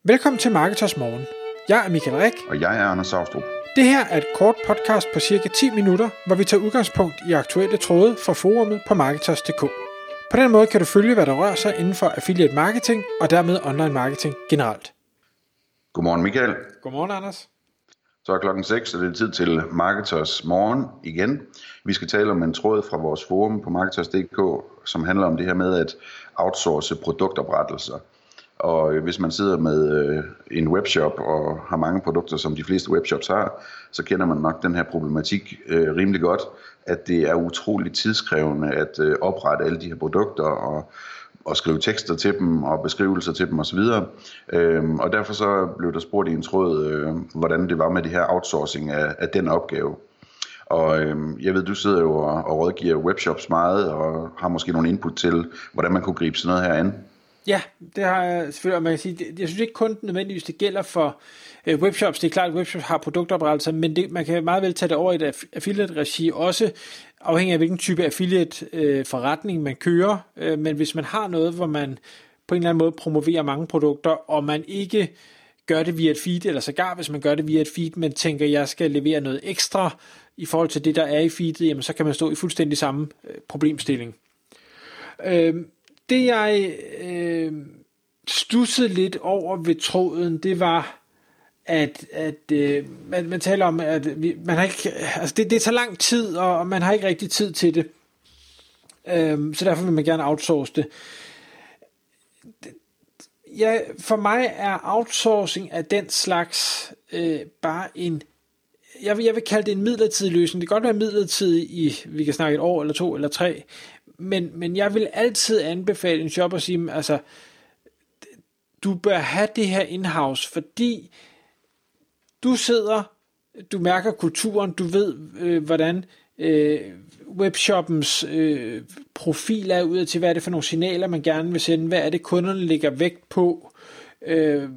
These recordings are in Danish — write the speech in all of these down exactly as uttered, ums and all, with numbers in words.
Velkommen til Marketers Morgen. Jeg er Michael Rik. Og jeg er Anders Saustrup. Det her er et kort podcast på cirka ti minutter, hvor vi tager udgangspunkt i aktuelle tråde fra forumet på Marketers punktum d k. På den måde kan du følge, hvad der rører sig inden for affiliate marketing og dermed online marketing generelt. Godmorgen Michael. Godmorgen Anders. Så er klokken seks, og det er tid til Marketers Morgen igen. Vi skal tale om en tråd fra vores forum på Marketers punktum d k, som handler om det her med at outsource produktoprettelser. Og hvis man sidder med øh, en webshop og har mange produkter, som de fleste webshops har, så kender man nok den her problematik øh, rimelig godt, at det er utroligt tidskrævende at øh, oprette alle de her produkter og, og skrive tekster til dem og beskrivelser til dem osv. Øhm, og derfor så blev der spurgt i en tråd, øh, hvordan det var med det her outsourcing af, af den opgave. Og øh, jeg ved, du sidder jo og, og rådgiver webshops meget og har måske nogle input til, hvordan man kunne gribe sådan noget her an. Ja, det har jeg selvfølgelig, og man kan sige, det, jeg synes ikke kun nødvendigvis det gælder for øh, webshops. Det er klart, at webshops har produktoprettelser, men det, man kan meget vel tage det over i et affiliate-regi, også afhængig af hvilken type affiliate-forretning øh, man kører. Øh, men hvis man har noget, hvor man på en eller anden måde promoverer mange produkter, og man ikke gør det via et feed, eller sågar hvis man gør det via et feed, men tænker, at jeg skal levere noget ekstra i forhold til det, der er i feedet, jamen så kan man stå i fuldstændig samme øh, problemstilling. Øh, Det jeg øh, stussede lidt over ved tråden, det var, at, at øh, man, man taler om, at vi, man har ikke, altså det, det tager lang tid, og, og man har ikke rigtig tid til det. Øh, så derfor vil man gerne outsource det. Ja, for mig er outsourcing af den slags øh, bare en, jeg vil, jeg vil kalde det en midlertidig løsning. Det kan godt være midlertidig i, vi kan snakke et år, eller to, eller tre, Men, men jeg vil altid anbefale en shop at sige, altså, du bør have det her in-house, fordi du sidder, du mærker kulturen, du ved, øh, hvordan øh, webshoppens øh, profil er ud til, hvad er det for nogle signaler, man gerne vil sende, hvad er det, kunderne lægger vægt på. Øh,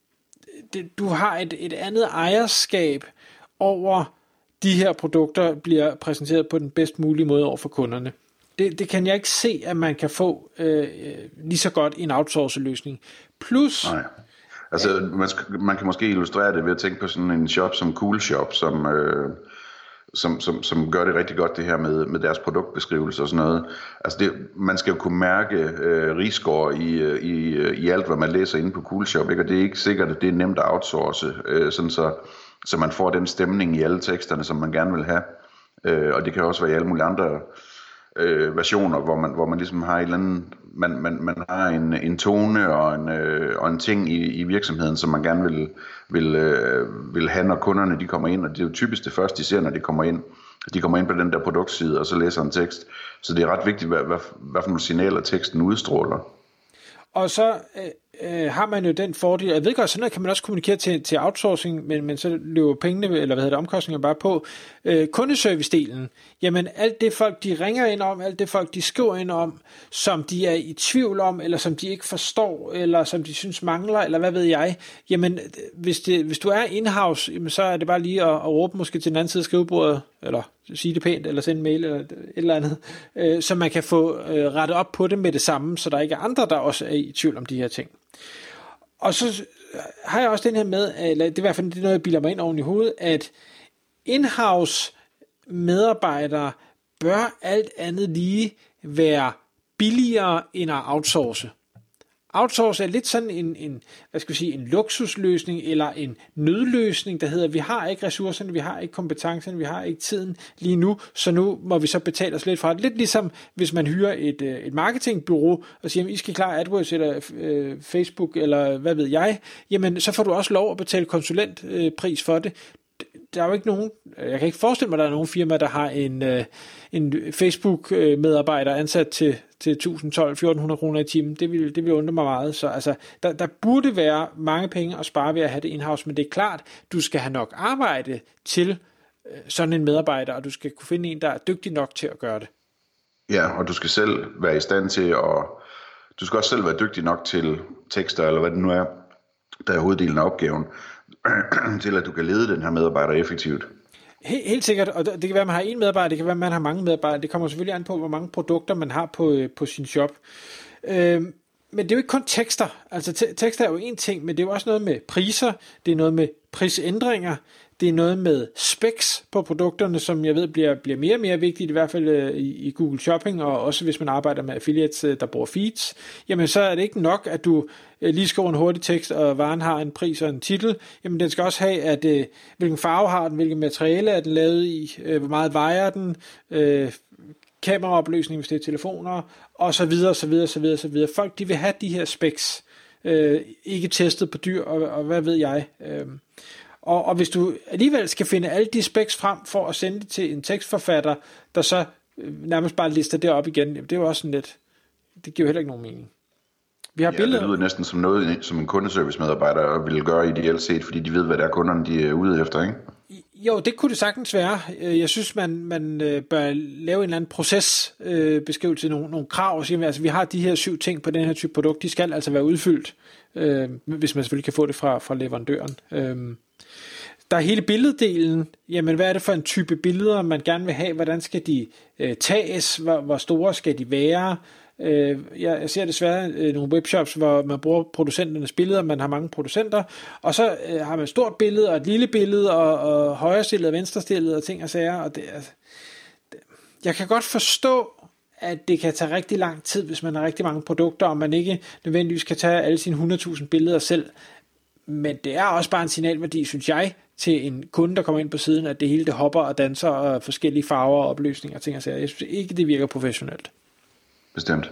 det, du har et, et andet ejerskab over de her produkter, bliver præsenteret på den bedst mulige måde over for kunderne. Det, det kan jeg ikke se, at man kan få øh, lige så godt i en outsource-løsning. Plus... Nej. Altså, man, man kan måske illustrere det ved at tænke på sådan en shop som Cool Shop, som, øh, som, som, som gør det rigtig godt, det her med, med deres produktbeskrivelse og sådan noget. Altså, det, man skal jo kunne mærke øh, rigsgård i, i, i alt, hvad man læser inde på Cool Shop, ikke? Og det er ikke sikkert, at det er nemt at outsource, øh, sådan så, så man får den stemning i alle teksterne, som man gerne vil have. Øh, og det kan også være i alle mulige andre... Øh, versioner, hvor man, hvor man ligesom har et eller andet, man, man, man har en, en tone og en, øh, og en ting i, i virksomheden, som man gerne vil, vil, øh, vil have, når kunderne de kommer ind, og det er jo typisk det første, de ser, når de kommer ind. De kommer ind på den der produktside, og så læser en tekst. Så det er ret vigtigt, hvad, hvad, hvad for nogle signaler teksten udstråler. Og så øh, har man jo den fordel, jeg ved godt, sådan noget kan man også kommunikere til, til outsourcing, men, men så løber pengene, eller hvad hedder det, omkostninger bare på. Øh, kundeservice-delen, jamen alt det folk, de ringer ind om, alt det folk, de skriver ind om, som de er i tvivl om, eller som de ikke forstår, eller som de synes mangler, eller hvad ved jeg, jamen hvis, det, hvis du er in-house, jamen, så er det bare lige at, at råbe måske til den anden side af skrivebordet, eller sige det pænt, eller sende en mail, eller et eller andet, øh, så man kan få øh, rettet op på det med det samme, så der ikke er andre, der også er i tvivl om de her ting. Og så har jeg også den her med, eller det er i hvert fald det er noget, jeg bilder mig ind oven i hovedet, at in-house medarbejdere bør alt andet lige være billigere end at outsource. Outsource er lidt sådan en, en, hvad skal vi sige, en luksusløsning eller en nødløsning, der hedder, vi har ikke ressourcerne, vi har ikke kompetencerne, vi har ikke tiden lige nu, så nu må vi så betale os lidt fra det. Lidt ligesom hvis man hyrer et, et marketingbureau og siger, I skal klare AdWords eller øh, Facebook eller hvad ved jeg, jamen så får du også lov at betale konsulentpris øh, for det. Der er jo ikke nogen, jeg kan ikke forestille mig, at der er nogen firma, der har en, en Facebook-medarbejder ansat til, til tusind, tolv, fjorten hundrede kroner i timen. Det vil, det vil undre mig meget. Så altså, der, der burde være mange penge at spare ved at have det in-house, men det er klart, du skal have nok arbejde til sådan en medarbejder, og du skal kunne finde en, der er dygtig nok til at gøre det. Ja, og du skal selv være i stand til at, du skal også selv være dygtig nok til tekster, eller hvad det nu er, der er hoveddelen af opgaven, til at du kan lede den her medarbejder effektivt. Helt, helt sikkert, og det kan være, at man har en medarbejder, det kan være, at man har mange medarbejdere. Det kommer selvfølgelig an på, hvor mange produkter man har på, på sin shop. Øh, men det er jo ikke kun tekster. Altså te- tekster er jo en ting, men det er jo også noget med priser, det er noget med prisændringer, det er noget med specs på produkterne, som jeg ved bliver, bliver mere og mere vigtigt, i hvert fald øh, i, i Google Shopping, og også hvis man arbejder med affiliates, øh, der bruger feeds, jamen så er det ikke nok, at du øh, lige skriver en hurtig tekst, og varen har en pris og en titel. Jamen den skal også have, at øh, hvilken farve har den, hvilken materiale er den lavet i, øh, hvor meget vejer den, øh, kameraopløsning, hvis det er telefoner, og så videre, så videre, så videre, så videre. Folk, de vil have de her specs, øh, ikke testet på dyr, og, og hvad ved jeg. Øh, og, og hvis du alligevel skal finde alle de specs frem, for at sende det til en tekstforfatter, der så øh, nærmest bare lister det op igen, jamen, det er jo også sådan lidt, det giver jo heller ikke nogen mening. Vi har ja, billeder. Det lyder næsten som noget, som en kundeservice-medarbejder ville gøre ideelt set, fordi de ved, hvad det er kunderne, de er ude efter, ikke? Jo, det kunne det sagtens være. Jeg synes, man, man bør lave en eller anden procesbeskrivelse, nogle, nogle krav. Siger, altså, vi har de her syv ting på den her type produkt, de skal altså være udfyldt, øh, hvis man selvfølgelig kan få det fra, fra leverandøren. Øh, der er hele billeddelen. Jamen, hvad er det for en type billeder, man gerne vil have? Hvordan skal de øh, tages? Hvor, hvor store skal de være? Jeg, jeg ser desværre øh, nogle webshops, hvor man bruger producenternes billeder, man har mange producenter, og så øh, har man et stort billede og et lille billede, og, og højrestillet og venstrestillet og ting og sager, og det, altså, det, jeg kan godt forstå, at det kan tage rigtig lang tid, hvis man har rigtig mange produkter, og man ikke nødvendigvis kan tage alle sine hundrede tusind billeder selv, men det er også bare en signalværdi, synes jeg, til en kunde, der kommer ind på siden, at det hele det hopper og danser, og forskellige farver og opløsninger og ting og sager. Jeg synes ikke, det virker professionelt. Bestemt.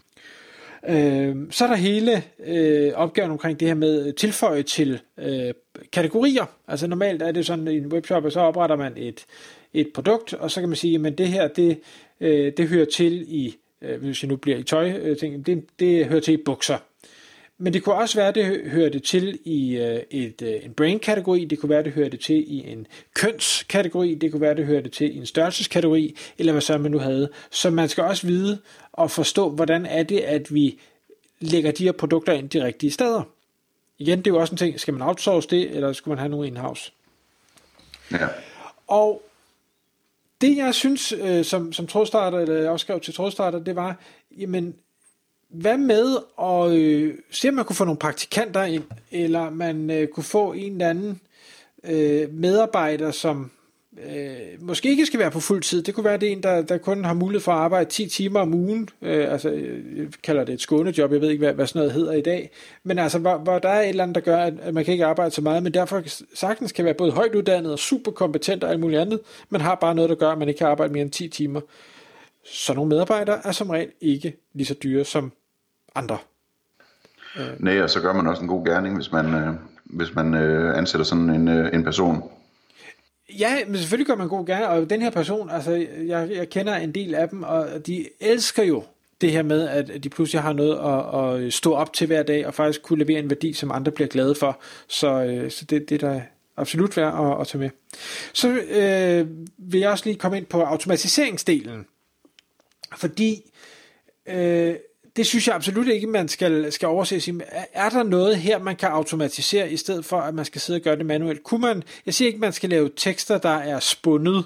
Øh, så er der hele øh, opgaven omkring det her med tilføje til øh, kategorier. Altså normalt er det sådan i en webshop, og så opretter man et, et produkt, og så kan man sige, at det her, det, øh, det hører til i, øh, hvis jeg nu bliver i tøj, øh, ting, det, det hører til i bukser. Men det kunne også være, at det hører det til i øh, et, øh, en brain-kategori, det kunne være, at det hører det til i en kønskategori, det kunne være, at det hører det til i en størrelseskategori, eller hvad så man nu havde. Så man skal også vide og forstå, hvordan er det, at vi lægger de her produkter ind de rigtige steder. Igen, det er jo også en ting, skal man outsource det, eller skal man have noget in-house? Ja. Og det, jeg synes, øh, som, som trådstarter, eller jeg også skrev til trådstarter, det var, jamen, hvad med at øh, se, om man kunne få nogle praktikanter ind, eller man øh, kunne få en eller anden øh, medarbejder, som øh, måske ikke skal være på fuld tid. Det kunne være det en, der, der kun har mulighed for at arbejde ti timer om ugen. Øh, altså, jeg kalder det et skånejob, jeg ved ikke, hvad, hvad sådan noget hedder i dag. Men altså, hvor, hvor der er et eller andet, der gør, at man kan ikke arbejde så meget, men derfor sagtens kan være både højt uddannet og super kompetent og alt muligt andet. Man har bare noget, der gør, at man ikke kan arbejde mere end ti timer. Så nogle medarbejdere er som regel ikke lige så dyre som andre. Nej, og så gør man også en god gerning, hvis man, øh, hvis man øh, ansætter sådan en, øh, en person. Ja, men selvfølgelig gør man god gerning, og den her person, altså jeg, jeg kender en del af dem, og de elsker jo det her med, at de pludselig har noget at, at stå op til hver dag, og faktisk kunne levere en værdi, som andre bliver glade for. Så, øh, så det, det er da absolut værd at, at tage med. Så øh, vil jeg også lige komme ind på automatiseringsdelen. Fordi øh, det synes jeg absolut ikke, man skal, skal overse. Er der noget her, man kan automatisere, i stedet for, at man skal sidde og gøre det manuelt? Kunne man, jeg siger ikke, man skal lave tekster, der er spundet,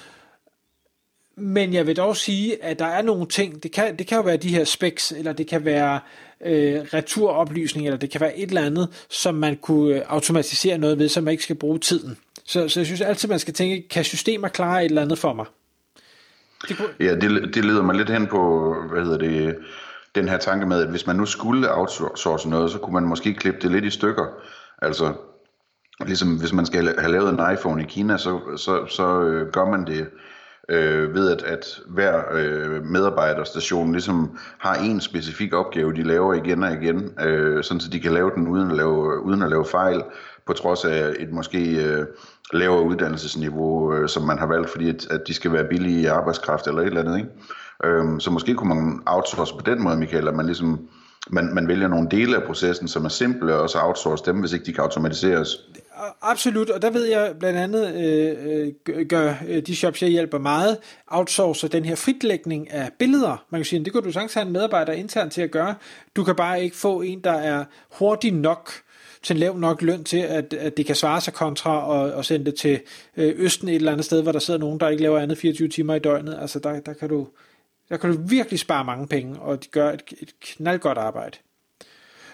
men jeg vil dog sige, at der er nogle ting, det kan, det kan jo være de her specs, eller det kan være øh, returoplysning, eller det kan være et eller andet, som man kunne automatisere noget ved, så man ikke skal bruge tiden. Så, så jeg synes altid, man skal tænke, kan systemer klare et eller andet for mig? Det kunne... Ja, det, det leder mig lidt hen på, hvad hedder det, den her tanke med, at hvis man nu skulle outsource noget, så kunne man måske klippe det lidt i stykker. Altså, ligesom hvis man skal have lavet en iPhone i Kina, så, så, så øh, gør man det øh, ved, at, at hver øh, medarbejderstation ligesom har en specifik opgave, de laver igen og igen, øh, sådan så de kan lave den uden at lave, uden at lave fejl, på trods af et måske øh, lavere uddannelsesniveau, øh, som man har valgt, fordi at, at de skal være billige i arbejdskraft eller et eller andet, ikke? Øhm, så måske kunne man outsource på den måde, Michael, at man ligesom man, man vælger nogle dele af processen, som er simple, og så outsource dem, hvis ikke de kan automatiseres. Absolut, og der ved jeg blandt andet, øh, gør de shops, jeg hjælper meget, outsourcer den her fritlægning af billeder. Man kan sige, det kunne du sagtens have en medarbejder internt til at gøre. Du kan bare ikke få en, der er hurtig nok til en lav nok løn til, at, at det kan svare sig kontra og, og sende det til øh, Østen et eller andet sted, hvor der sidder nogen, der ikke laver andet fireogtyve timer i døgnet. Altså der, der, kan du, der kan du virkelig spare mange penge, og de gør et, et knaldgodt arbejde.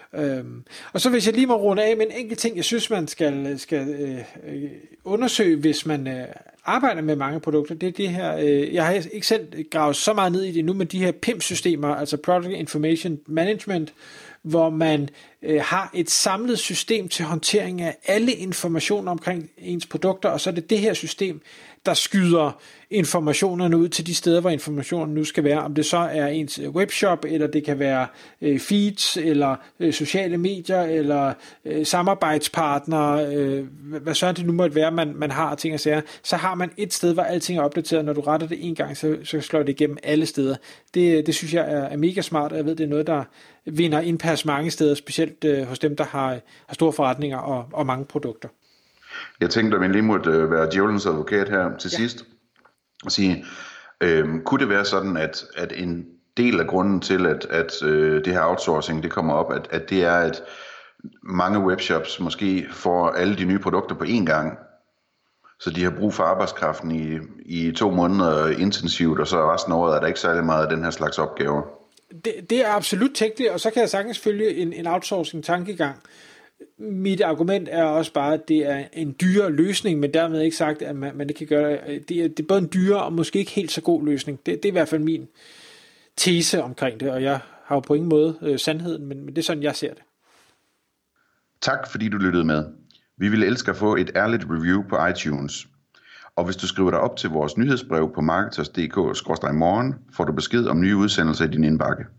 Øhm, og så hvis jeg lige må runde af med en enkelt ting, jeg synes, man skal, skal øh, undersøge, hvis man øh, arbejder med mange produkter, det er det her, øh, jeg har ikke selv gravet så meget ned i det nu, men de her P I M-systemer, altså Product Information Management, hvor man øh, har et samlet system til håndtering af alle informationer omkring ens produkter, og så er det det her system, der skyder informationerne ud til de steder, hvor informationen nu skal være, om det så er ens webshop, eller det kan være øh, feeds, eller øh, sociale medier, eller øh, samarbejdspartnere, øh, hvad så det nu måtte være, man, man har ting og sager, så har man et sted, hvor alting er opdateret, når du retter det en gang, så, så slår det igennem alle steder. Det, det synes jeg er, er mega smart, og jeg ved, det er noget, der vinder indpas mange steder, specielt øh, hos dem, der har, har store forretninger og, og mange produkter. Jeg tænkte, at vi lige måtte øh, være djævelens advokat her til ja. sidst, og sige, øh, kunne det være sådan, at, at en del af grunden til, at, at øh, det her outsourcing det kommer op, at, at det er, at mange webshops måske får alle de nye produkter på én gang, så de har brug for arbejdskraften i, i to måneder intensivt, og så resten af året er der ikke særlig meget af den her slags opgaver. Det, det er absolut tænkeligt, og så kan jeg sagtens følge en, en outsourcing-tankegang. Mit argument er også bare, at det er en dyrere løsning, men dermed ikke sagt, at man, man ikke kan gøre det. Det er, det er både en dyrere og måske ikke helt så god løsning. Det, det er i hvert fald min tese omkring det, og jeg har jo på ingen måde øh, sandheden, men, men det er sådan, jeg ser det. Tak fordi du lyttede med. Vi ville elske at få et ærligt review på iTunes. Og hvis du skriver dig op til vores nyhedsbrev på marketers punktum d k skråstreg morgen, får du besked om nye udsendelser i din indbakke.